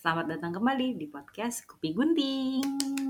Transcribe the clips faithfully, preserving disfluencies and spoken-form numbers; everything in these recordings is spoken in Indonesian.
Selamat datang kembali di podcast Kopi Gunting.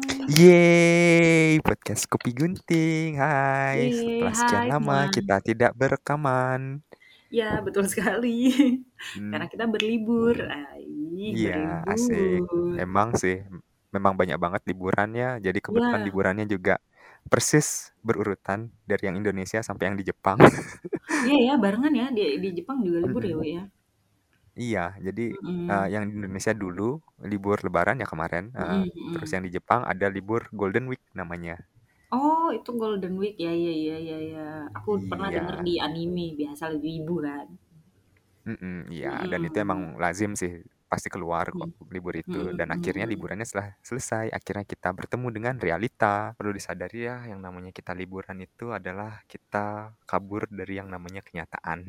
Yeay, podcast Kopi Gunting. Hai, Yeay, setelah sekian hai lama semua. kita tidak berekaman. Ya, betul sekali. Karena Hmm, kita berlibur. Ai, iya, asik. berlibur. Memang sih, memang banyak banget liburannya. Jadi kebetulan Ya, liburannya juga persis berurutan dari yang Indonesia sampai yang di Jepang. iya ya, barengan ya di di Jepang juga libur ya, Mm-mm. Wi ya. Iya, jadi eh, Mm-mm. yang di Indonesia dulu libur Lebaran ya kemarin. eh, Mm-mm, terus mm-mm. yang di Jepang ada libur Golden Week namanya. Oh, itu Golden Week ya, ya, ya, ya, ya. Aku pernah denger Iya. di anime biasa ibu kan. Mhm, iya, dan itu Mm-mm. emang lazim sih, pasti keluar kok Mm-mm, libur itu, dan akhirnya mm-mm. liburannya setelah selesai, akhirnya kita bertemu dengan realita. Perlu disadari ya, yang namanya kita liburan itu adalah kita kabur dari yang namanya kenyataan.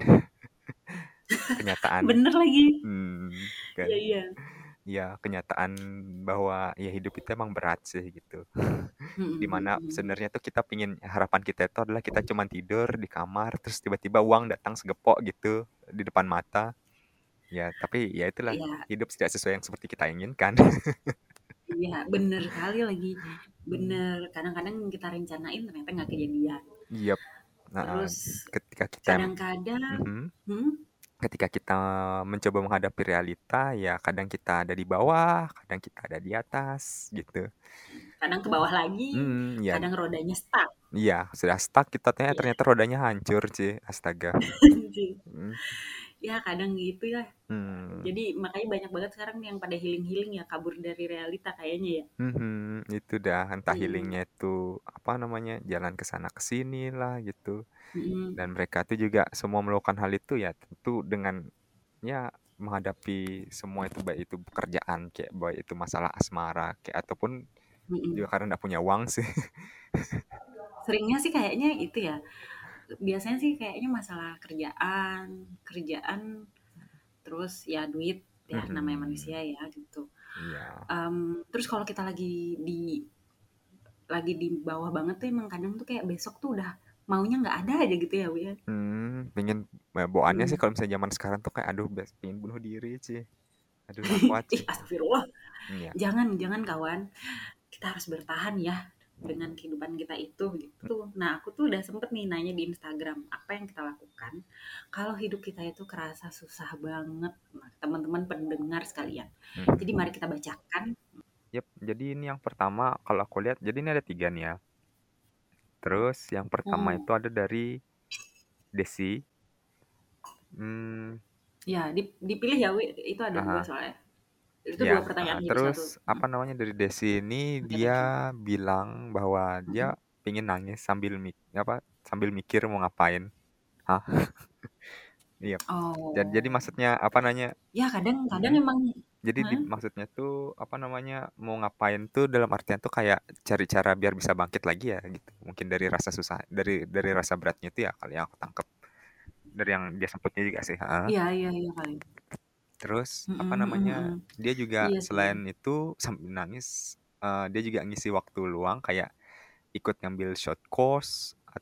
Kenyataan, Bener lagi. mmm, kan, Iya, iya. ya kenyataan bahwa ya hidup itu emang berat sih gitu. Mm-mm, Di mana mm-mm. sebenarnya tuh kita pingin harapan kita itu adalah kita cuman tidur di kamar, terus tiba-tiba uang datang segepok gitu di depan mata. Ya, tapi ya itulah, Ya, hidup tidak sesuai yang seperti kita inginkan. iya, bener kali lagi. Hmm. Bener, kadang-kadang kita rencanain ternyata nggak kejadian. Yap. Nah, Terus ketika kita kadang-kadang, mhm, hmm, ketika kita mencoba menghadapi realita, ya kadang kita ada di bawah, kadang kita ada di atas, gitu. kadang ke bawah lagi, Hmm, ya, kadang rodanya stuck. iya, sudah stuck kita ternyata Ya, ternyata rodanya hancur sih, astaga. Hmm, ya kadang gitu ya. hmm, Jadi makanya banyak banget sekarang yang pada healing-healing ya kabur dari realita kayaknya ya. mhm, itu dah entah Mm-mm, healingnya itu apa namanya jalan ke sana ke sini lah gitu. mm-mm, Dan mereka tuh juga semua melakukan hal itu ya tentu dengan ya menghadapi semua itu baik itu pekerjaan kayak baik itu masalah asmara kayak ataupun juga mm-mm. karena nggak punya uang sih. Seringnya sih kayaknya itu ya. Biasanya sih kayaknya masalah kerjaan, kerjaan, terus ya duit ya namanya Mhm. manusia ya gitu. Iya. Mmm, terus kalau kita lagi di lagi di bawah banget tuh emang kadang tuh kayak besok tuh udah maunya nggak ada aja gitu ya, Wi, ya? Hmm, pengen eh, bawaannya sih Mhm. kalau misalnya zaman sekarang tuh kayak aduh bes- pengen bunuh diri sih. Aduh nggak kuat Ih, sih. astagfirullah. Iya. Jangan jangan kawan, kita harus bertahan ya dengan kehidupan kita itu, gitu. Nah, aku tuh udah sempet nih nanya di Instagram, apa yang kita lakukan kalau hidup kita itu kerasa susah banget? Nah, teman-teman pendengar sekalian. Jadi Mhm. mari kita bacakan. Yap, jadi ini yang pertama kalau aku lihat jadi ini ada tiga nih ya. Terus yang pertama Mmm, itu ada dari Desi. Hmm, ya dip dipilih ya, Wi, itu ada dua aha. soalnya. Itu dua Ya, pertanyaan heeh. jadi satu. Terus Mhm, apa namanya dari Desi ini oke deh. dia bilang bahwa dia Mhm. pingin nangis sambil mik apa sambil mikir mau ngapain. Hah? Iya. Jadi, jadi Oh. maksudnya apa namanya? Ya kadang kadang Mhm. emang Jadi di, heeh, maksudnya tuh apa namanya mau ngapain tuh dalam artian tuh kayak cari cara biar bisa bangkit lagi ya gitu. Mungkin dari rasa susah dari dari rasa beratnya itu ya kali yang aku tangkep dari yang dia sebutnya juga sih. Heeh. iya, iya, iya kali. Terus Mhm, apa mhm, namanya, mhm. dia juga Iya sih. selain itu sambil nangis, eee, dia juga ngisi waktu luang kayak ikut ngambil short course, at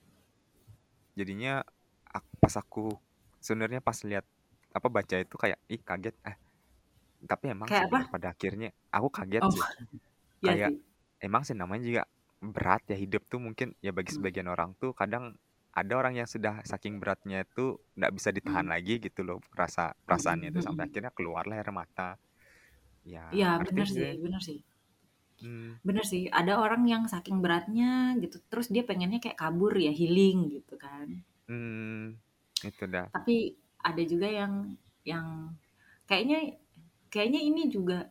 jadinya ak pas aku sebenarnya pas lihat, apa, baca itu kayak, ih kaget, eh, tapi emang sih Kayak apa? bener pada akhirnya aku kaget Oh, sih, iya kayak sih. emang sih namanya juga berat ya hidup tuh mungkin ya bagi Mhm, sebagian orang tuh kadang ada orang yang sudah saking beratnya itu nggak bisa ditahan mhm, lagi gitu loh rasa mhm, perasaannya itu sampai mhm. akhirnya keluarlah air mata. Ya Iya ngerti bener sih, sih. bener sih. Mmm. Bener sih, ada orang yang saking beratnya gitu, terus dia pengennya kayak kabur ya, healing gitu kan. Mmm, itu dah. Tapi ada juga yang yang kayaknya kayaknya ini juga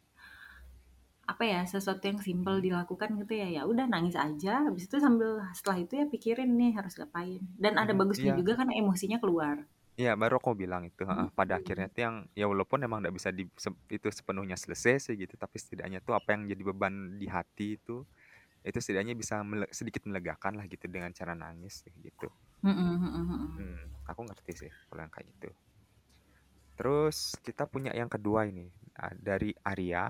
apa ya, sesuatu yang simpel dilakukan gitu ya, ya udah nangis aja, habis itu sambil setelah itu ya pikirin nih harus ngapain. Dan ada Mhm, bagusnya iya juga kan emosinya keluar. iya baru aku bilang itu, heeh, pada akhirnya Mhm. tuh yang ya walaupun emang nggak bisa di sep itu sepenuhnya selesai sih gitu, tapi setidaknya tuh apa yang jadi beban di hati itu, itu setidaknya bisa mele sedikit melegakan lah gitu dengan cara nangis sih gitu. Mhm, mhm, mhm. Mmm, aku ngerti sih kalau yang kayak gitu. Terus kita punya yang kedua ini, eee, dari Arya,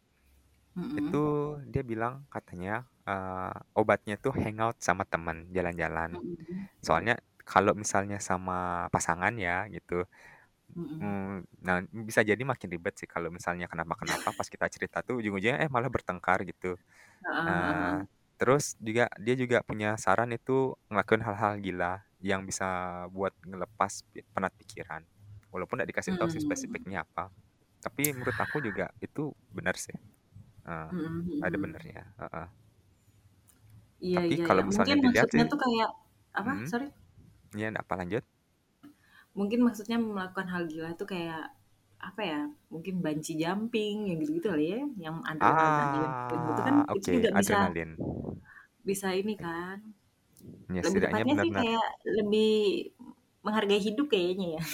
itu Mhm. dia bilang katanya, eee, obatnya tuh hangout sama teman, jalan-jalan. Mhm. Soalnya kalau misalnya sama pasangan ya gitu, Mhm. Mmm, nah bisa jadi makin ribet sih kalau misalnya kenapa-kenapa pas kita cerita tuh ujung-ujungnya, eh, malah bertengkar gitu. Heeh heeh heeh. Eee, terus juga dia juga punya saran itu ngelakuin hal-hal gila yang bisa buat ngelepas pi penat pikiran. Walaupun nggak dikasih tahu sih Mmm. spesifiknya apa. Tapi menurut aku juga itu benar sih, eee, Mhm mhm ada mhm. benernya, heeh. Iya Tapi iya kalau iya. Mungkin misalnya dilihat maksudnya sih tuh kayak apa? mhm, Sorry? iya apa lanjut? Mungkin maksudnya melakukan hal gila tuh kayak apa ya? Mungkin bungee jumping yang gitu-gitu kali ya, yang adrenalin gitu kan Ah, itu oke, juga bisa adrenalin. bisa ini kan, Ya lebih setidaknya tepatnya sih benar-benar kayak lebih menghargai hidup kayaknya ya.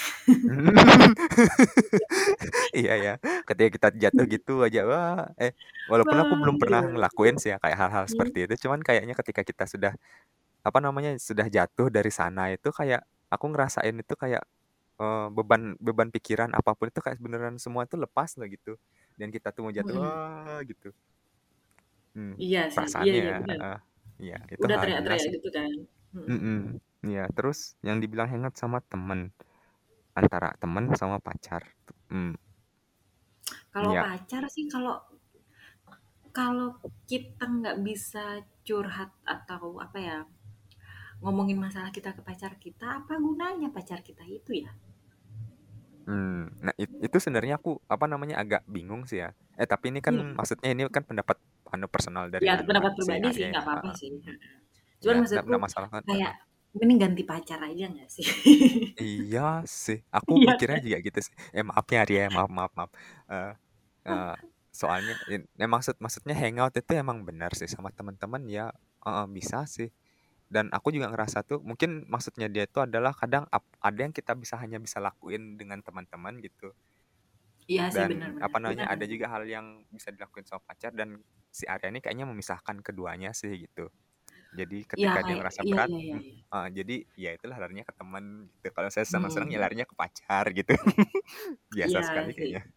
iya ya, ketika kita jatuh gitu aja, wah, eh, walaupun aku Wah, belum pernah gila. ngelakuin sih ya kayak hal-hal Hmm. seperti itu, cuman kayaknya ketika kita sudah, apa namanya, sudah jatuh dari sana itu kayak aku ngerasain itu kayak, eee, beban beban pikiran apapun itu kayak beneran semua itu lepas lah gitu, dan kita tuh mau jatuh, Mhm. wah, gitu. Mmm, Iya sih, iya perasaannya iya ya, bener. heeh. Iya, itu Udah hal gila teriak-teriak sih. gitu kan. Mhm. Mhm, iya, terus yang dibilang hangout sama temen, antara temen sama pacar, mmm, Kalau iya. pacar sih kalau kalau kita nggak bisa curhat atau apa ya, ngomongin masalah kita ke pacar kita, apa gunanya pacar kita itu ya? Mmm, nah it itu sebenarnya aku, apa namanya, agak bingung sih ya. Eh, tapi ini kan Iya. maksudnya ini kan pendapat anu personal dari Ya anu kan, pendapat si pribadi sih, Arya ya, nggak apa-apa heeh. sih, heeh. Cuman Ya, nggak maksudku nggak masalah kan kayak heeh. mending ganti pacar aja nggak sih? Iya sih, aku Iya mikirnya kan? juga gitu sih. Eh, maaf ya Arya, maaf maaf maaf. Eee eee, soalnya in ya maksud maksudnya hangout itu emang benar sih sama teman-teman ya heeh, bisa sih. Dan aku juga ngerasa tuh mungkin maksudnya dia itu adalah kadang ap ada yang kita bisa hanya bisa lakuin dengan teman-teman gitu. Iya sih, benar Dan, benar apa namanya, benar ada benar. juga hal yang bisa dilakuin sama pacar dan si Arya ini kayaknya memisahkan keduanya sih gitu. Jadi Iya ketika dia kayak ngerasa iya berat iya iya mmm, iya. heeh, jadi ya itulah larinya ke temen gitu. Kalau saya senang-senang ya Mhm. larinya ke pacar gitu. Biasa Iya sekali sih. kayaknya.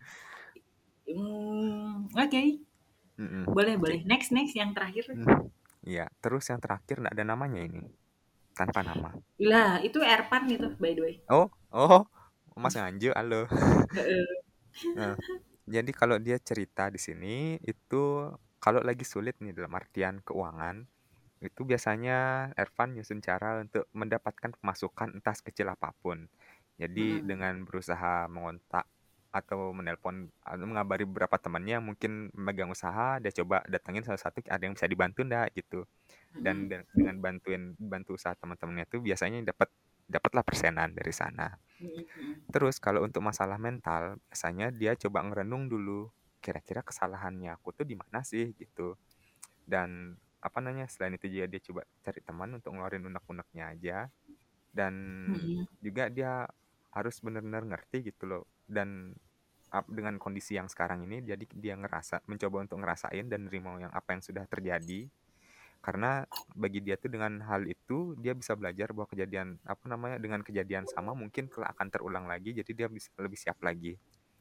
Mmm, oke. Mhm, Boleh oke. boleh. Next next yang terakhir. Mmm, iya. Terus yang terakhir nggak ada namanya ini, tanpa nama. Lah, itu Erpan itu by the way. Oh oh, Mas Nganjuk, halo. Heeh. Heeh. Jadi kalau dia cerita di sini itu kalau lagi sulit nih dalam artian keuangan, itu biasanya Ervan nyusun cara untuk mendapatkan pemasukan entah sekecil apapun. Jadi Mhm. dengan berusaha mengontak atau menelpon atau mengabari beberapa temannya yang mungkin memegang usaha, dia coba datengin salah satu, "Ada yang bisa dibantu ndak?" Gitu. Dan Mhm. de dengan bantuin bantu usaha teman-temannya itu biasanya dapat dapatlah persenan dari sana. Mhm mhm. Terus kalau untuk masalah mental, biasanya dia coba ngerenung dulu, kira-kira kesalahannya aku tuh di mana sih gitu. Dan apa namanya, selain itu juga dia coba cari teman untuk ngeluarin unek-uneknya aja dan Mhm. juga dia harus benar-benar ngerti gitu loh dan ap dengan kondisi yang sekarang ini jadi dia ngerasa mencoba untuk ngerasain dan nerima yang apa yang sudah terjadi. Karena bagi dia tuh dengan hal itu dia bisa belajar bahwa kejadian apa namanya, dengan kejadian sama mungkin kelak akan terulang lagi jadi dia bisa lebih siap lagi,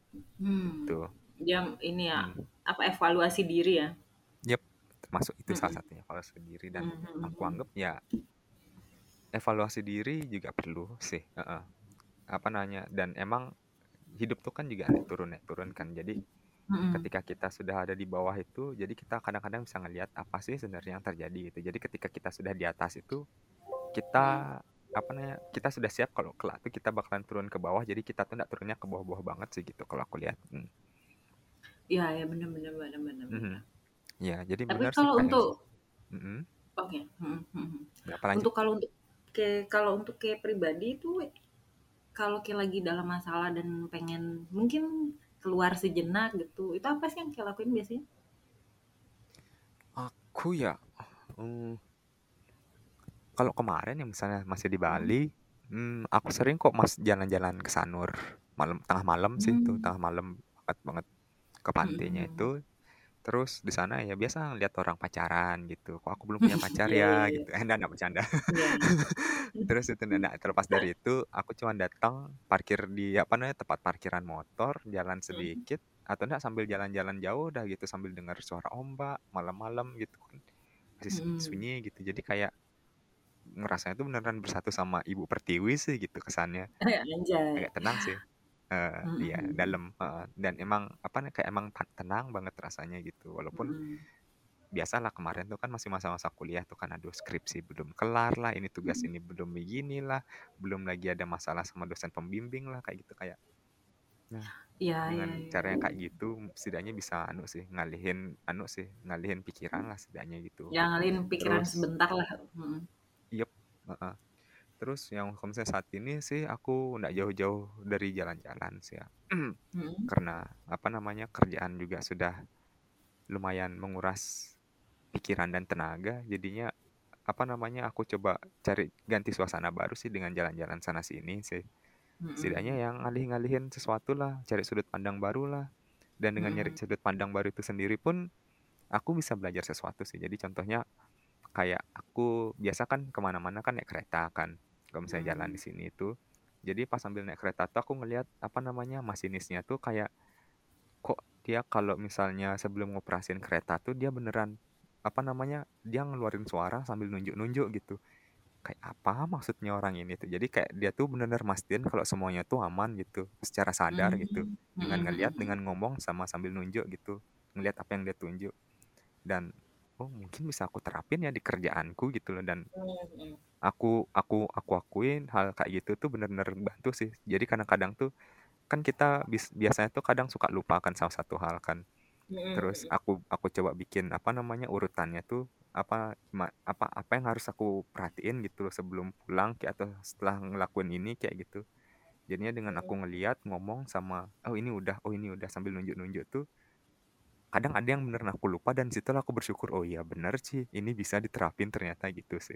Hmm. gitu. Dia ini ya, Mhm. apa, evaluasi diri ya? Yap, termasuk itu salah Mhm. satunya evaluasi diri dan Mhm mhm aku mhm. anggap ya evaluasi diri juga perlu sih, heeh. Apa namanya, dan emang hidup tuh kan juga naik turun naik turun kan. Jadi Mhm. ketika kita sudah ada di bawah itu, jadi kita kadang-kadang bisa ngelihat apa sih sebenarnya yang terjadi gitu. Jadi ketika kita sudah di atas itu, Mhm. kita apa namanya, kita sudah siap kalau kelak tuh kita bakalan turun ke bawah, jadi kita tuh nggak turunnya ke bawah-bawah banget sih gitu kalau aku lihat. Mmm, Iya ya, bener bener bener bener mhm. bener. Iya, jadi Tapi benar sih kalau kayak untuk mhm, oke, mhm mhm. apa lanjut? Untuk kalau untuk kayak kalau untuk kayak pribadi itu, kalau kayak lagi dalam masalah dan pengen mungkin keluar sejenak gitu, itu apa sih yang kayak lakuin biasanya? Aku ya, mmm, kalau kemarin yang misalnya masih di Mhm. Bali, mmm, aku sering kok Mas jalan-jalan ke Sanur, malam tengah malam sih itu, Mmm. tengah malam banget banget ke Mhm pantainya mhm. itu. Terus di sana ya biasa ngeliat orang pacaran gitu, "Kok aku belum punya pacar Iya iya ya?" iya. Gitu. Eh, enggak enggak bercanda. Iya. Terus itu enggak enggak, terlepas dari itu aku cuman datang, parkir di apa namanya, tempat parkiran motor, jalan Mhm. sedikit, atau enggak sambil jalan-jalan jauh dah gitu, sambil dengar suara ombak, malam-malam gitu kan, masih su Mhm. sunyi gitu. Jadi kayak ngerasanya tuh beneran bersatu sama Ibu Pertiwi sih gitu kesannya. Eh, anjay. Agak tenang sih. Eee, Mhm iya mhm. dalam, heeh, dan emang apa nih, kayak emang ta tenang banget rasanya gitu. Walaupun Mhm. biasalah kemarin tuh kan masih masa-masa kuliah tuh kan, aduh skripsi belum kelar lah, ini tugas Mhm. ini belum beginilah, belum lagi ada masalah sama dosen pembimbing lah, kayak gitu. Kayak, nah Iya iya dengan iya. cara yang kayak gitu setidaknya bisa anu sih, ngalihin anu sih, ngalihin pikiran lah setidaknya gitu. Ya ngalihin pikiran Terus sebentar lah, mhm. Yep, heeh. Terus yang kalau misalnya saat ini sih aku nggak jauh-jauh dari jalan-jalan sih ya. Mhm. Karena apa namanya, kerjaan juga sudah lumayan menguras pikiran dan tenaga, jadinya apa namanya, aku coba cari ganti suasana baru sih dengan jalan-jalan sana sini sih. Setidaknya Mhm. yang ngalih-ngalihin sesuatu lah, cari sudut pandang baru lah. Dan dengan nyari Mhm. sudut pandang baru itu sendiri pun aku bisa belajar sesuatu sih. Jadi contohnya kayak aku biasa kan kemana-mana kan naik kereta kan, kalau misalnya jalan di Mmm. sini itu. Jadi pas sambil naik kereta tuh aku ngelihat apa namanya, masinisnya tuh kayak, kok dia kalau misalnya sebelum ngoperasin kereta tuh dia beneran apa namanya, dia ngeluarin suara sambil nunjuk-nunjuk gitu. Kayak apa maksudnya orang ini tuh. Jadi kayak dia tuh bener-bener mastiin kalau semuanya tuh aman gitu, secara sadar gitu. Mmm, mhm Dengan mhm ngelihat, mhm. dengan ngomong, sama sambil nunjuk gitu. Ngelihat apa yang dia tunjuk. Dan, oh mungkin bisa aku terapin ya di kerjaanku gitu loh. Dan Mmm, mhm. aku aku aku akuin hal kayak gitu tuh bener-bener bantu sih. Jadi kadang-kadang tuh kan kita bis biasanya tuh kadang suka lupa kan salah satu hal kan. Mhm Terus mhm. aku aku coba bikin apa namanya, urutannya tuh apa ma apa apa yang harus aku perhatiin gitu loh sebelum pulang kayak atau setelah ngelakuin ini kayak gitu. Jadinya dengan Mhm. aku ngelihat, ngomong sama, "Oh ini udah oh ini udah," sambil nunjuk-nunjuk tuh, kadang ada yang beneran aku lupa dan di situ aku bersyukur, "Oh iya bener sih, ini bisa diterapin ternyata," gitu sih.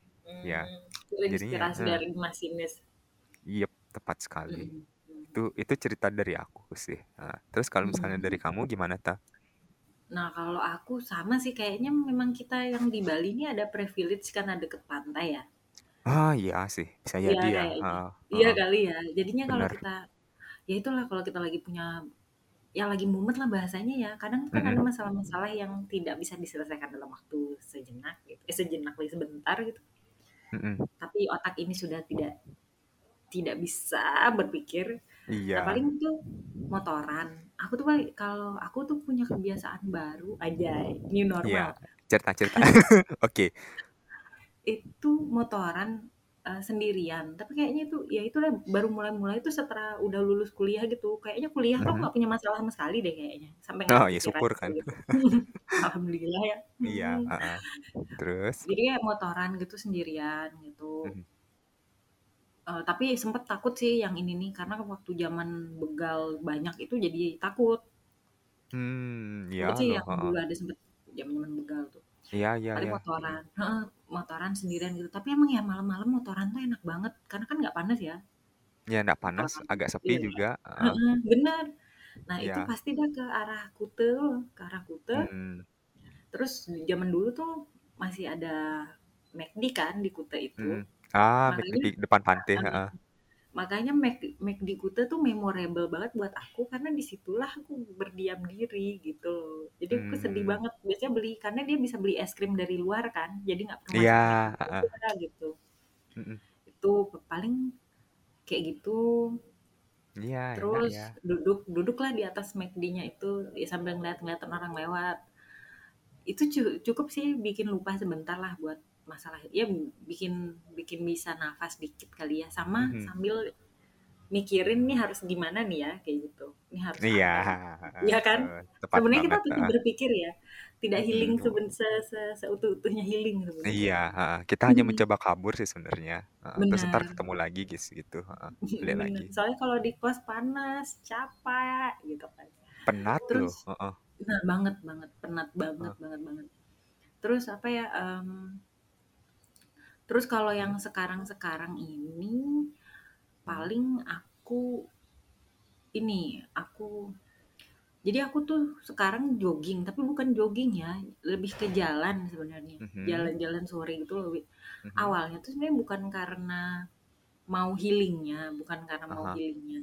Ya, Mmm, jadinya terinspirasi heeh, dari masinis. yep, tepat sekali. Mhm mhm. Itu itu cerita dari aku sih, heeh. Terus kalau Mhm misalnya dari mhm. kamu gimana, Ta? Nah, kalau aku sama sih kayaknya memang kita yang di Bali ini ada privilege karena deket pantai ya. Ah, iya sih, bisa Iya jadi ya, kayaknya. heeh Iya heeh, kali ya. Jadinya kalau bener, kita ya itulah kalau kita lagi punya ya lagi mumet lah bahasanya ya, kadang kan ada mhm masalah-masalah yang tidak bisa diselesaikan dalam waktu sejenak gitu, eh, sejenak lagi sebentar gitu, mhm, tapi otak ini sudah tidak tidak bisa berpikir. Nah, iya paling tuh motoran. Aku tuh paling kalau aku tuh punya kebiasaan baru aja, new iya, normal. cerita cerita. Oke, Itu motoran, eee, sendirian, tapi kayaknya itu ya itulah baru mulai-mulai itu setelah udah lulus kuliah gitu. Kayaknya kuliah tuh mhm. nggak punya masalah sama sekali deh kayaknya, sampai nggak Oh, ya kepikiran syukur kayak kan. gitu. Alhamdulillah ya, Iya, mhm. heeh. Terus? Jadi kayak motoran gitu sendirian gitu, Mhm. eee, tapi sempet takut sih yang ini nih, karena waktu zaman begal banyak itu jadi takut. Mmm, iya Sempet sih loh, yang heeh. dulu ada sempet zaman-zaman begal tuh. Iya iya Paling iya, mhm. motoran heeh, motoran sendirian gitu. Tapi emang ya malam-malam motoran tuh enak banget, karena kan nggak panas ya. Ya nggak panas, Motoran. agak sepi Iya, juga, heeh. heeh, bener. Nah, itu Iya, pasti dah ke arah Kuta tuh, ke arah Kuta. mhm Terus zaman dulu tuh masih ada McD kan di Kuta itu. mhm. Ah, McD Makanya pi depan pantai, heeh, heeh. makanya Mac McD Kuta tuh memorable banget buat aku karena di situlah aku berdiam diri gitu loh. Jadi aku sedih Mmm, banget biasanya beli karena dia bisa beli es krim dari luar kan, jadi nggak perlu iya, masuk McD heeh, juga gitu. mhm. Itu paling kayak gitu. Iya, enak Terus ya. duduk duduklah di atas McD-nya itu, ya sambil ngeliat-ngeliatin orang lewat. Itu cu cukup sih bikin lupa sebentar lah buat masalah ya bikin bikin bisa nafas dikit kali ya, sama Mhm. sambil mikirin nih harus gimana nih ya, kayak gitu. Ini harus Iya, apa nih? heeh, Iya kan? betul, tepat Sebenarnya kita banget, tetap heeh, berpikir ya, tidak healing mhm. seben se se seutuh-utuhnya healing sebenarnya. Iya, heeh, kita hanya mencoba kabur sih sebenarnya, heeh, terus entar Benar, ketemu lagi gis gitu, heeh, balik bener. lagi. Soalnya kalau di kos panas, capek gitu kan. Penat Terus loh, heeh nah banget banget, penat banget heeh, banget banget. Terus apa ya, mmm, terus kalau yang sekarang-sekarang ini, mhm paling aku ini, aku jadi aku tuh sekarang jogging, tapi bukan jogging ya, lebih ke jalan sebenarnya. mhm Jalan-jalan sore gitu loh, wi mhm, awalnya tuh sebenarnya bukan karena mau healing-nya, bukan karena ah mau hah, healing-nya.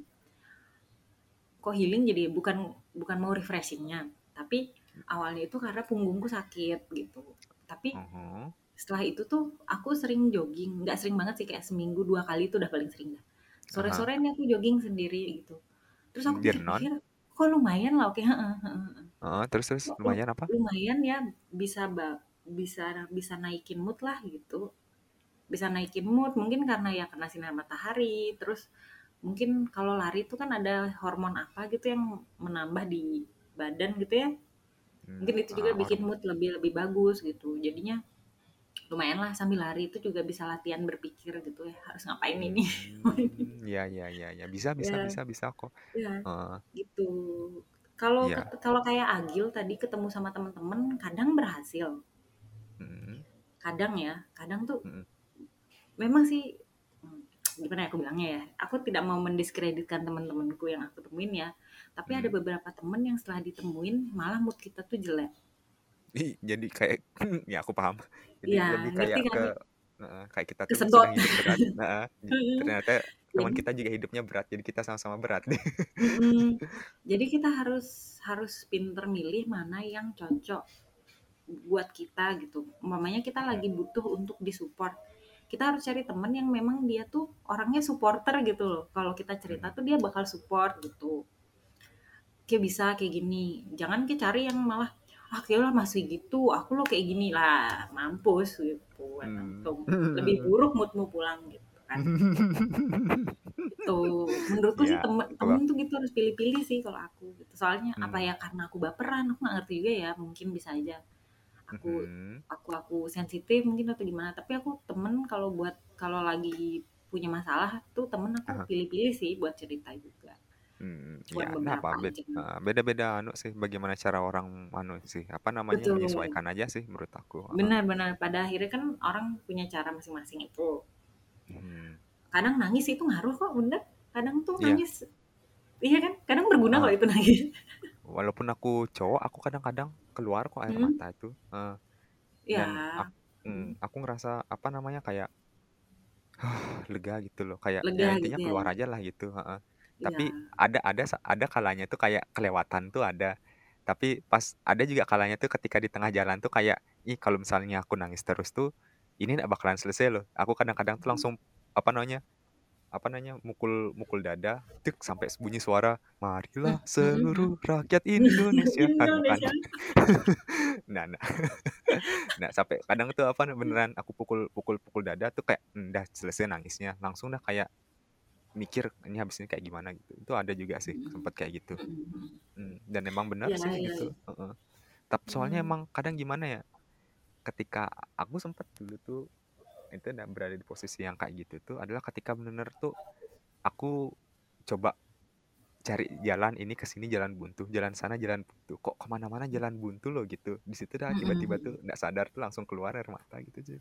Kok healing jadi bukan bukan mau refreshing-nya, tapi awalnya itu karena punggungku sakit gitu. Tapi mhm, setelah itu tuh aku sering jogging, nggak sering banget sih kayak seminggu dua kali itu udah paling sering dah. ah hah, Sore-sore nih aku jogging sendiri gitu. Terus aku Mmm, biar non? pikir-pikir, kok lumayan lah, oke, heeh heeh heeh. Heeh, terus terus Kok lu lumayan apa? lumayan ya bisa ba bisa bisa naikin mood lah gitu. Bisa naikin mood mungkin karena ya kena sinar matahari, terus mungkin kalau lari itu kan ada hormon apa gitu yang menambah di badan gitu ya. Mmm, Mungkin itu juga eee, bikin horm mood lebih lebih bagus gitu. Jadinya lumayan lah sambil lari itu juga bisa latihan berpikir gitu ya, harus ngapain ini. Mmm, ya ya ya ya, bisa bisa Ya, bisa bisa kok, ya, heeh, gitu. Kalau ket iya, kalau kayak Agil tadi ketemu sama temen-temen kadang berhasil, mhm kadang ya, kadang tuh mhm memang sih, mmm, gimana ya aku bilangnya ya, aku tidak mau mendiskreditkan teman-temanku yang aku temuin ya, tapi ada mhm. beberapa temen yang setelah ditemuin malah mood kita tuh jelek. Ih, jadi kayak ya aku paham. Jadi Iya, lebih ngerti kayak kan? ke heeh, kayak kita tuh Kesedot. sedang hidup berat, heeh, ji Mhm. ternyata teman Jadi kita juga hidupnya berat, jadi kita sama-sama berat deh. mhm, jadi kita harus harus pinter milih mana yang cocok buat kita gitu. Umpamanya kita Mhm lagi butuh untuk di-support, kita harus cari temen yang memang dia tuh orangnya supporter gitu loh. Kalau kita cerita mhm tuh dia bakal support gitu. Kayak bisa kayak gini, jangan kayak cari yang malah, "Ah, kayaknya masih gitu, aku lo kayak gini." Lah, mampus gitu mmm. antum. Lebih buruk mood-mu pulang gitu kan. Gitu. Menurutku sih Iya, temen aku temen tuh gitu harus pilih-pilih sih kalau aku gitu. Soalnya apa mmm, ya, karena aku baperan, aku nggak ngerti juga ya, mungkin bisa aja aku mhm, aku aku sensitif mungkin atau gimana, tapi aku temen kalau buat kalau lagi punya masalah tuh temen aku ah pilih-pilih sih buat cerita juga, mmm, cuman iya, nah apa beberapa bed aja. heeh, beda-beda anu sih, bagaimana cara orang anu sih, apa namanya, Betul, menyesuaikan aja sih menurut aku, heeh, benar-benar pada akhirnya kan orang punya cara masing-masing itu. mhm, Kadang nangis itu ngaruh kok, bener. Kadang tuh iya, nangis iya kan? Kadang berguna heeh, kok itu nangis. walaupun aku cowok, aku kadang-kadang keluar kok air Mhm. mata itu, heeh, dan ak Iya. mmm, Mhm. aku ngerasa, apa namanya, kayak lega gitu loh, kayak ya Lega intinya gitu ya? keluar aja lah gitu, heeh. Iya. Tapi ada ada sa ada kalanya tuh kayak kelewatan tuh ada, tapi pas ada juga kalanya tuh ketika di tengah jalan tuh kayak, ih kalau misalnya aku nangis terus tuh, ini nggak bakalan selesai loh. Aku kadang-kadang tuh langsung, apa namanya apa namanya, mukul mukul dada, tek sampai bunyi suara, Mmm, "Marilah mhm seluruh rakyat mhm. Indonesia." Anu kan. Indonesia. Nah nah nah sampai kadang tuh apa, beneran aku pukul pukul pukul dada tuh kayak, mmm, dah selesai nangisnya, langsung dah kayak mikir, "Ini habis ini kayak gimana?" Gitu. Itu ada juga sih, Mhm. sempet kayak gitu. Mhm mhm. Mmm, dan emang bener Iya sih iya iya. gitu, heeh. Tap soalnya Mmm. emang kadang gimana ya, ketika aku sempet dulu tuh, itu dan berada di posisi yang kayak gitu tuh adalah ketika bener-bener tuh aku coba cari jalan ini ke sini jalan buntu, jalan sana jalan buntu, kok ke mana-mana jalan buntu loh gitu. Di situ dah Mhm tiba-tiba mhm. tuh nggak sadar tuh langsung keluar air mata gitu cuy.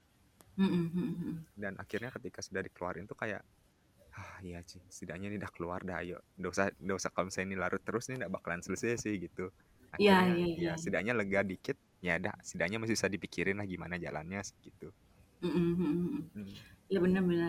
Mhm mhm mhm. Dan akhirnya ketika sudah dikeluarin tuh kayak, "Ah iya sih, setidaknya ini udah keluar dah ayo, nggak usah nggak usah kalau misalnya ini larut terus nih nggak bakalan selesai sih," gitu. Iya Akhirnya iya ya iya. setidaknya lega dikit, ya dah setidaknya masih bisa dipikirin lah gimana jalannya gitu. Mhm mhm mhm. Mhm. Iya bener bener.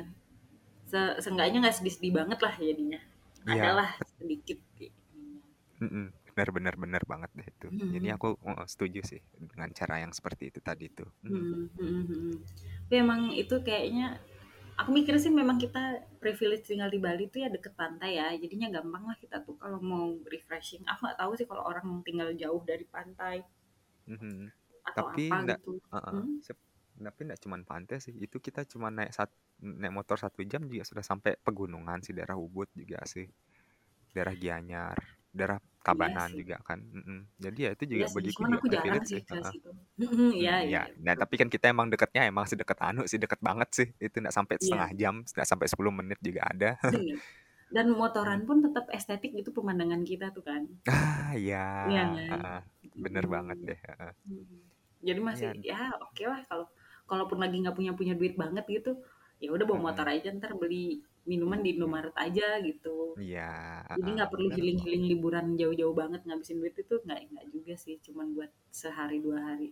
Se seenggaknya nggak sedih-sedih banget lah jadinya. Iya, Adalah sedikit gitu. mhm, bener bener bener banget deh itu. Mhm Jadi mhm. aku heeh, setuju sih dengan cara yang seperti itu tadi tuh. Mhm. Mhm mhm mhm. Tapi emang itu kayaknya aku mikir sih memang kita privilege tinggal di Bali tuh ya deket pantai ya, jadinya gampang lah kita tuh kalau mau refreshing. Aku nggak tahu sih kalau orang tinggal jauh dari pantai Mhm. atau Tapi apa ndak gitu. heeh, Hmm? sep tapi ndak cuman pantai sih, itu kita cuma naik sat naik motor satu jam juga sudah sampai pegunungan sih, daerah Ubud juga sih, daerah Gianyar, daerah Iya Tabanan sih. juga kan, mhm. Jadi ya itu Iya juga sih, bagiku cuman juga aku jarang privilege sih sih, ke heeh, situ. Mhm, iya mhm, iya iya. iya, Nah betul. tapi kan kita emang deketnya emang sedekat anu sih, deket banget sih, itu ndak sampai Iya, setengah jam, ndak sampai sepuluh menit juga ada. bener. Dan motoran Mhm. pun tetap estetik gitu pemandangan kita tuh kan. Ah, iya, Iya kan? heeh, bener banget Mhm. deh, heeh. Mhm. Jadi masih Iya, ya oke lah kalau kalaupun lagi nggak punya punya duit banget gitu, ya udah bawa motor mhm, aja ntar beli minuman di mmm, Indomaret aja gitu. iya, Jadi heeh, nggak perlu bener kok. healing-healing liburan jauh-jauh banget ngabisin duit itu nggak nggak juga sih, cuman buat sehari dua hari.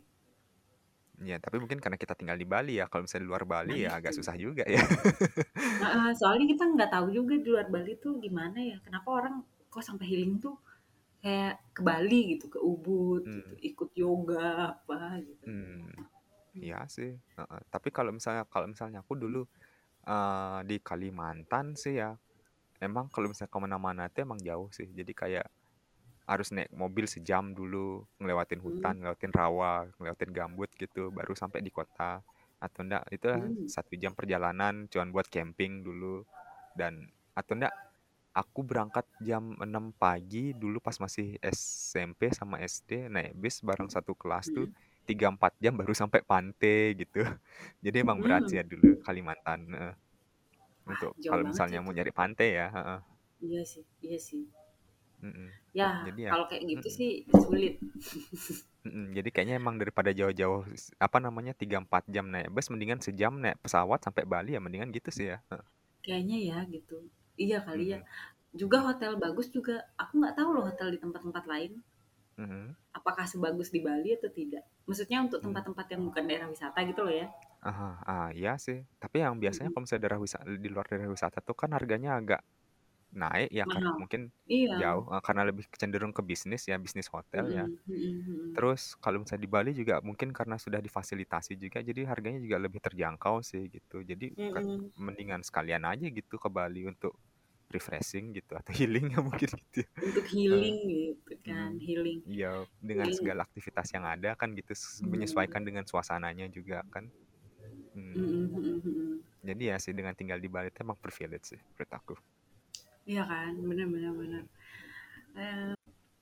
Iya, tapi mungkin karena kita tinggal di Bali ya, kalau misalnya di luar Bali Nah ya agak itu. susah juga ya. Heeh, soalnya kita nggak tahu juga di luar Bali tuh gimana ya, kenapa orang kok sampai healing tuh kayak ke Bali gitu, ke Ubud gitu, Mmm, ikut yoga apa gitu. mmm, iya sih, heeh. Tapi kalau misalnya kalau misalnya aku dulu, eee, di Kalimantan sih ya, emang kalau misalnya ke mana-mana itu emang jauh sih. Jadi kayak harus naik mobil sejam dulu, ngelewatin Hmm. hutan, ngelewatin rawa, ngelewatin gambut gitu, baru sampai di kota. Atau enggak, itu Hmm. satu jam perjalanan cuman buat camping dulu. Dan atau enggak, aku berangkat jam enam pagi dulu pas masih S M P sama S D, naik bis bareng satu kelas tuh Hmm. tiga empat jam baru sampai pantai gitu. Jadi emang berat sih Hmm. ya dulu Kalimantan. Heeh. Wah, Untuk jauh kalau banget sih misalnya mau itu. nyari pantai ya, heeh. Iya sih, iya sih. Mm-mm. Ya, Jadi ya, kalau kayak gitu mm-mm. sih sulit. Mm-mm. Jadi kayaknya emang daripada jauh-jauh s- apa namanya tiga empat jam naik bus mendingan sejam naik pesawat sampai Bali ya mendingan gitu sih ya. Heeh. Kayaknya ya gitu. Iya kali ya. Mm-mm. Juga hotel bagus juga. Aku nggak tahu loh hotel di tempat-tempat lain. Mm-mm. Apakah sebagus di Bali atau tidak. Maksudnya untuk Mm. tempat-tempat yang bukan daerah wisata gitu loh ya. Aha, ah iya sih. Tapi yang biasanya Mm-mm. kalau misalnya daerah wisata di luar daerah wisata tuh kan harganya agak naik ya karena Mahal. mungkin Iya. jauh eh, karena lebih cenderung ke bisnis ya bisnis hotel ya. Mm-mm, mm-mm, mm-mm. Terus kalau misalnya di Bali juga mungkin karena sudah difasilitasi juga jadi harganya juga lebih terjangkau sih gitu. Jadi ka- Mm-mm. mendingan sekalian aja gitu ke Bali untuk refreshing gitu atau healing ya mungkin gitu. Untuk Eh, healing gitu kan. mm, Healing. iya dengan Healing. segala aktivitas yang ada kan gitu s- Mm-mm. menyesuaikan dengan suasananya juga kan. Hmm, Mm-mm, mm-mm, mm-mm. jadi ya sih dengan tinggal di Bali itu emang privilege sih menurut aku. Iya kan. Bener, bener, bener. Eh,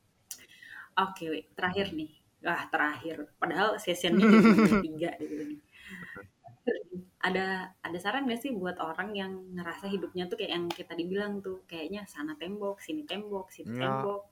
Oke, wait. Terakhir nih. Wah, terakhir. Padahal sessionnya udah cuma dua tiga gitu nih. Ada ada saran gak sih buat orang yang ngerasa hidupnya tuh kayak yang kita dibilang tuh, kayaknya sana tembok, sini tembok, situ Ya, tembok.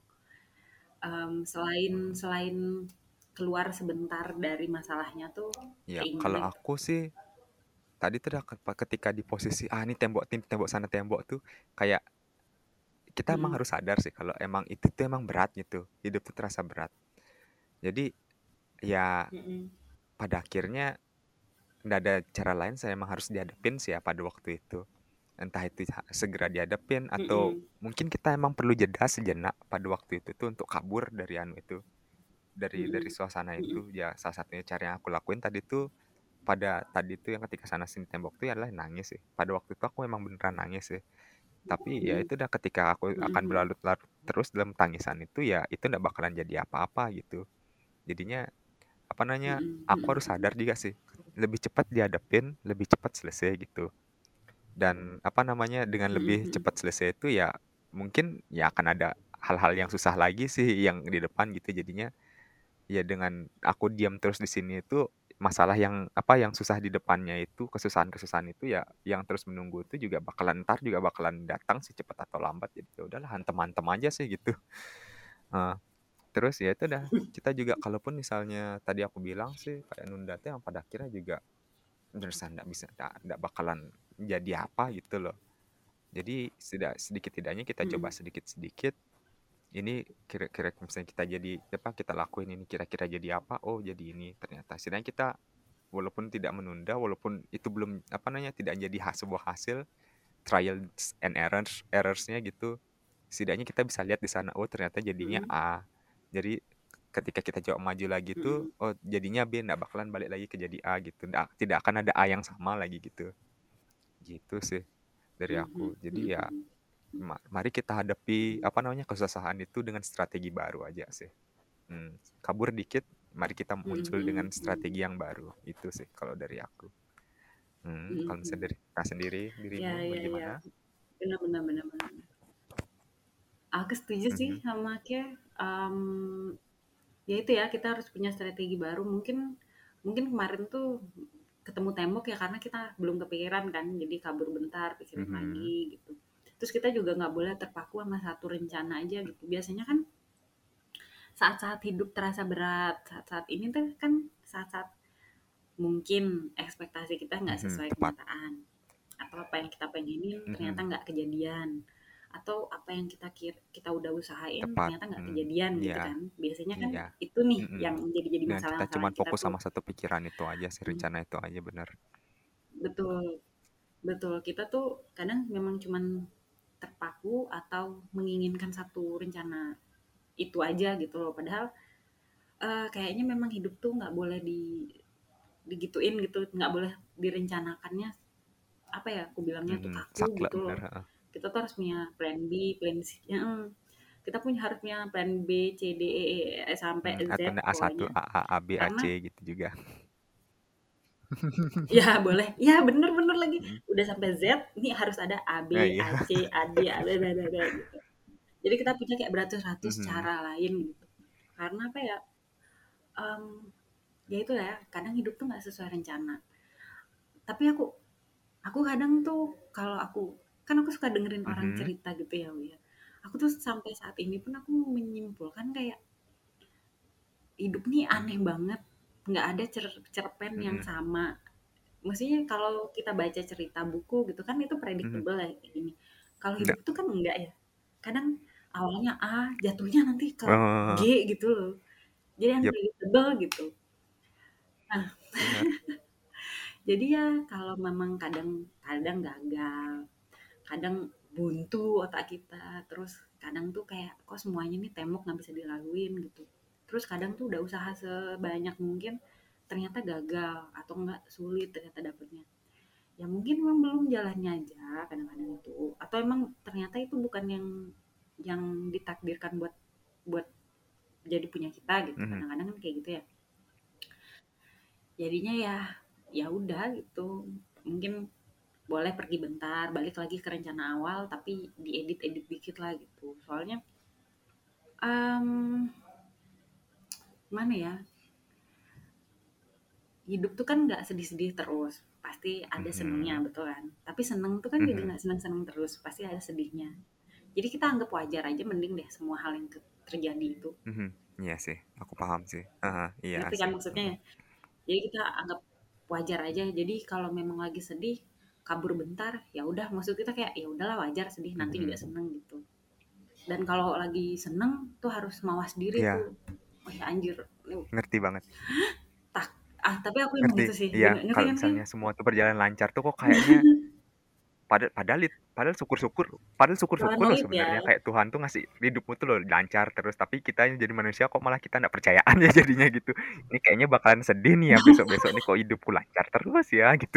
Em, selain selain keluar sebentar dari masalahnya tuh ya keinget kalau lagi. aku sih tadi tuh udah ke- ketika di posisi ah ini tembok tim tembok sana tembok tuh kayak kita emang Mm-mm, harus sadar sih kalau emang itu tuh emang berat gitu hidup tuh terasa berat jadi ya mm-mm, pada akhirnya nggak ada cara lain saya emang harus dihadapin sih ya pada waktu itu entah itu ha- segera dihadapin atau mm-mm, mungkin kita emang perlu jeda sejenak pada waktu itu tuh untuk kabur dari anu itu dari dari mm-mm, suasana mm-mm, itu ya salah satunya cara yang aku lakuin tadi tuh pada tadi tuh yang ketika sana sini tembok tuh adalah nangis sih pada waktu itu aku emang beneran nangis sih tapi ya mm-mm, itu udah ketika aku akan mm-mm, berlarut-larut terus dalam tangisan itu ya itu nggak bakalan jadi apa-apa gitu jadinya apa namanya mm-mm, aku harus mm-mm, sadar juga sih lebih cepat dihadapin lebih cepat selesai gitu dan apa namanya dengan lebih mm-mm, cepat selesai itu ya mungkin ya akan ada hal-hal yang susah lagi sih yang di depan gitu jadinya ya dengan aku diam terus di sini itu masalah yang apa yang susah di depannya itu kesusahan-kesusahan itu ya yang terus menunggu itu juga bakalan ntar juga bakalan datang sih cepat atau lambat jadi ya udahlah hantem-hantem aja sih gitu. Eh, terus ya itu dah kita juga kalaupun misalnya tadi aku bilang sih kayak nunda tuh yang pada akhirnya juga beneran nggak bisa nggak nggak bakalan jadi apa gitu loh jadi sedikit sedikit tidaknya kita coba mm-mm, sedikit-sedikit ini kira-kira misalnya kita jadi apa kita lakuin ini kira-kira jadi apa oh jadi ini ternyata sedangkan kita walaupun tidak menunda walaupun itu belum apa namanya tidak jadi has- sebuah hasil trial and errors errorsnya gitu setidaknya kita bisa lihat di sana oh ternyata jadinya mm-mm, A jadi ketika kita coba maju lagi tuh mm-mm, oh jadinya B nggak bakalan balik lagi ke jadi A gitu nggak, tidak akan ada A yang sama lagi gitu gitu sih dari mm-mm, aku jadi ya mm-mm, ma- mari kita hadapi apa namanya kesusahan itu dengan strategi baru aja sih. Hmm, kabur dikit, mari kita mm-mm, muncul dengan mm-mm, strategi yang baru. Itu sih kalau dari aku. Hmm, kalau mm-mm. misalnya dari kita sendiri, Ya, dirimu ya, ya. bagaimana? Benar, benar, benar, benar. Aku setuju sih Mhm, sama Kia. Em, ya itu ya, kita harus punya strategi baru. Mungkin mungkin kemarin tuh ketemu tembok ya karena kita belum kepikiran kan, jadi kabur bentar, pikirin mhm, lagi gitu. Terus kita juga nggak boleh terpaku sama satu rencana aja gitu. Biasanya kan saat-saat hidup terasa berat, saat-saat ini tuh kan saat-saat mungkin ekspektasi kita nggak mhm, sesuai tepat. kenyataan. Atau apa yang kita pengenin ternyata Mhm, nggak kejadian, atau apa yang kita kir kita udah usahain tepat. ternyata nggak Hmm, kejadian gitu iya, kan. Biasanya kan iya. itu nih Mhm. yang jadi jadi Dan kita masalah-masalah cuman kita fokus tuh. sama satu pikiran itu aja sih, Mmm, rencana itu aja bener. betul, betul. Kita tuh kadang memang cuman terpaku atau menginginkan satu rencana itu aja gitu loh. Padahal, eee, kayaknya memang hidup tuh nggak boleh di digituin gitu, nggak boleh direncanakannya, apa ya, aku bilangnya tuh Mhm, kaku saklek gitu loh. bener, heeh. Kita tuh harus punya plan B, plan C, heeh. Kita punya harus punya plan B, C, D, E, E, sampai Hmm, Z atau A satu, pokoknya. A A, A B, A C Karena gitu juga. ya boleh, ya bener bener lagi. Hmm. Udah sampai Z, ini harus ada A, B, Nah, A, iya. C, A, D, A, B, B, B, B, gitu. Jadi kita punya kayak beratus-ratus Mhm. cara lain gitu. Karena apa ya? Em, ya itu ya, kadang hidup tuh nggak sesuai rencana. Tapi aku aku kadang tuh kalau aku kan aku suka dengerin orang Mhm. cerita gitu ya, Wi, ya. Aku tuh sampai saat ini pun aku menyimpulkan kayak hidup nih aneh banget. Nggak ada cer- cerpen yang Mhm. sama. Maksudnya kalau kita baca cerita buku gitu kan itu Mhm. predictable ya kayak gini. Kalau hidup Enggak. tuh kan enggak ya. Kadang awalnya A, jatuhnya nanti ke G Oh, gitu loh. Jadi yep, unpredictable gitu. Nah, benar. jadi ya kalau memang kadang-kadang gagal, kadang buntu otak kita, terus kadang tuh kayak kok semuanya nih tembok nggak bisa dilaluin gitu. Terus kadang tuh udah usaha sebanyak mungkin ternyata gagal atau enggak sulit ternyata dapetnya. Ya mungkin memang belum jalannya aja kadang-kadang itu atau emang ternyata itu bukan yang yang ditakdirkan buat buat jadi punya kita gitu. Mhm. Kadang-kadang kan kayak gitu ya. Jadinya ya ya udah gitu. Mungkin boleh pergi bentar, balik lagi ke rencana awal, tapi diedit-edit dikit lah gitu. Soalnya, um, mana ya, hidup tuh kan nggak sedih-sedih terus. Pasti ada senengnya, Mhm. betul kan? Tapi seneng tuh kan juga Mhm. nggak seneng-seneng terus. Pasti ada sedihnya. Jadi kita anggap wajar aja, mending deh semua hal yang ke- terjadi itu. Mhm. Iya sih, aku paham sih. Heeh, iya Ngerti kan sih. maksudnya Mhm. ya? Jadi kita anggap wajar aja. Jadi kalau memang lagi sedih, kabur bentar, ya udah. Maksud kita kayak ya udahlah wajar sedih, nanti juga Mhm. seneng gitu. Dan kalau lagi seneng tuh harus mawas diri Iya, tuh. Oh ya anjir, nih, ngerti banget. tak ah tapi aku emang Ngerti. gitu sih. Iya, Bener, ngerti kalau kan kan? misalnya semua tuh berjalan lancar tuh kok kayaknya pada padahal it padahal syukur-syukur padahal syukur-syukur loh Paranoid ya. sebenarnya kayak Tuhan tuh ngasih hidupmu tuh loh lancar terus, tapi kita yang jadi manusia kok malah kita nggak percayaan ya jadinya gitu. Ini kayaknya bakalan sedih nih ya besok-besok nih kok hidupku lancar terus ya gitu.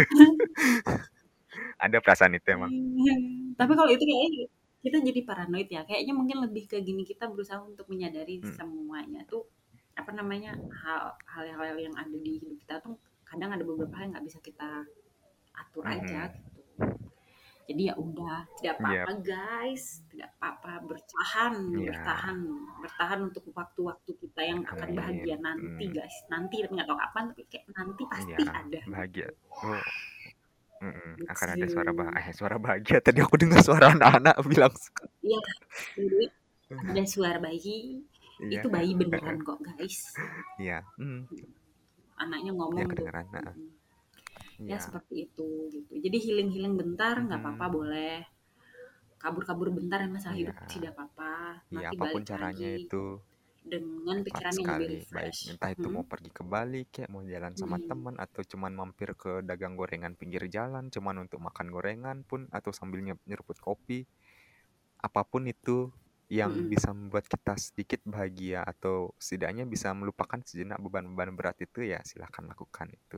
Ada perasaan itu emang. Tapi kalau itu kayaknya kita jadi paranoid ya. Kayaknya mungkin lebih ke gini kita berusaha untuk menyadari Mhm. semuanya tuh apa namanya hal hal-hal yang ada di hidup kita tuh kadang ada beberapa hal yang nggak bisa kita atur aja Mhm. gitu. Jadi ya udah, tidak Iya, apa-apa guys, tidak apa-apa, bertahan, iya. bertahan, bertahan untuk waktu-waktu kita yang akan bahagia Amin. nanti Mhm. guys. Nanti tapi nggak tahu kapan, tapi kayak nanti Iya, pasti ada bahagia. gitu. Oh, mhm, akan ada suara bah Gitu. eh, suara bahagia tadi aku dengar suara anak-anak bilang suka. Iya, jadi ada suara bayi, Iya, itu bayi beneran heeh, kok guys. iya, mhm, Anaknya iya ngomong tuh. kedengeran, heeh, Mm-mm. Ya iya, seperti itu gitu. Jadi healing-healing bentar nggak apa-apa mhm, boleh. Kabur-kabur bentar yang masalah iya, hidup tidak apa-apa. iya Nanti apapun balik caranya lagi itu dengan tepat pikiran yang lebih sekali, baik refresh. entah itu Hmm? mau pergi ke Bali kek, mau jalan sama Mm-mm. teman atau cuman mampir ke dagang gorengan pinggir jalan cuman untuk makan gorengan pun atau sambil nye nyeruput kopi, apapun itu yang Mm-mm. bisa membuat kita sedikit bahagia atau setidaknya bisa melupakan sejenak beban-beban berat itu ya silahkan lakukan itu.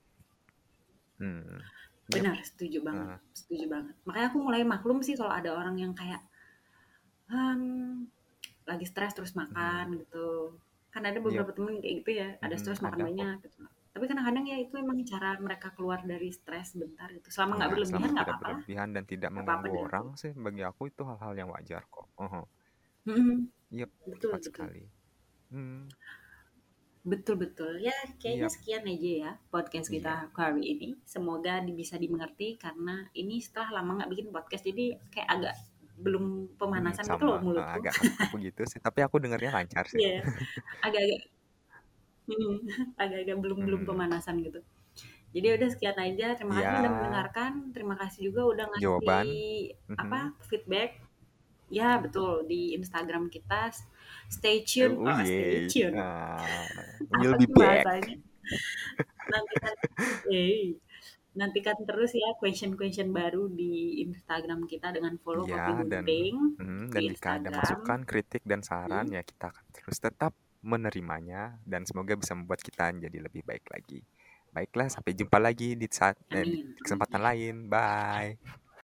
Hmm, yep, Benar, setuju banget, heeh, setuju banget. Makanya aku mulai maklum sih kalau ada orang yang kayak hmm, lagi stres terus makan mhm, gitu. Kan ada yep, beberapa temen kayak gitu ya, ada mhm, stres makan ada kok. banyak gitu. Tapi kadang-kadang ya itu emang cara mereka keluar dari stres sebentar gitu. Selama nggak Ya, selama berlebihan nggak tidak apa-apa lah, berlebihan dan tidak nggak apa-apa mengganggu orang dilakuin. sih bagi aku itu hal-hal yang wajar kok. Mhm, Mm-mm. yep, Betul, tepat betul. sekali. Hmm, Betul, betul. Ya, kayaknya yep, sekian aja ya podcast kita iya, kali ini. Semoga di- bisa dimengerti karena ini setelah lama nggak bikin podcast, jadi kayak agak belum mhm, pemanasan gitu sama, loh eee, mulutku. agak kaku-kaku gitu sih, tapi aku dengernya lancar sih. Iya, agak-agak mhm, agak-agak belum-belum Mhm, pemanasan gitu. Jadi udah sekian aja, terima kasih udah ya, mendengarkan, terima kasih juga udah ngasih jawaban, apa mhm, feedback. Ya betul di Instagram kita. Stay tune, oh oh stay yeay, tune. ah, Apa we'll be sih back. bahasanya? Nantikan, eh, nantikan terus ya question-question baru di Instagram kita dengan follow Kopi Iya, dan Gunting mhm, di dan jika ada Instagram. masukan, kritik, dan saran Hmm, ya kita akan terus tetap menerimanya dan semoga bisa membuat kita jadi lebih baik lagi. Baiklah, sampai jumpa lagi di saat eh, di amin, amin kesempatan ya. lain. Bye.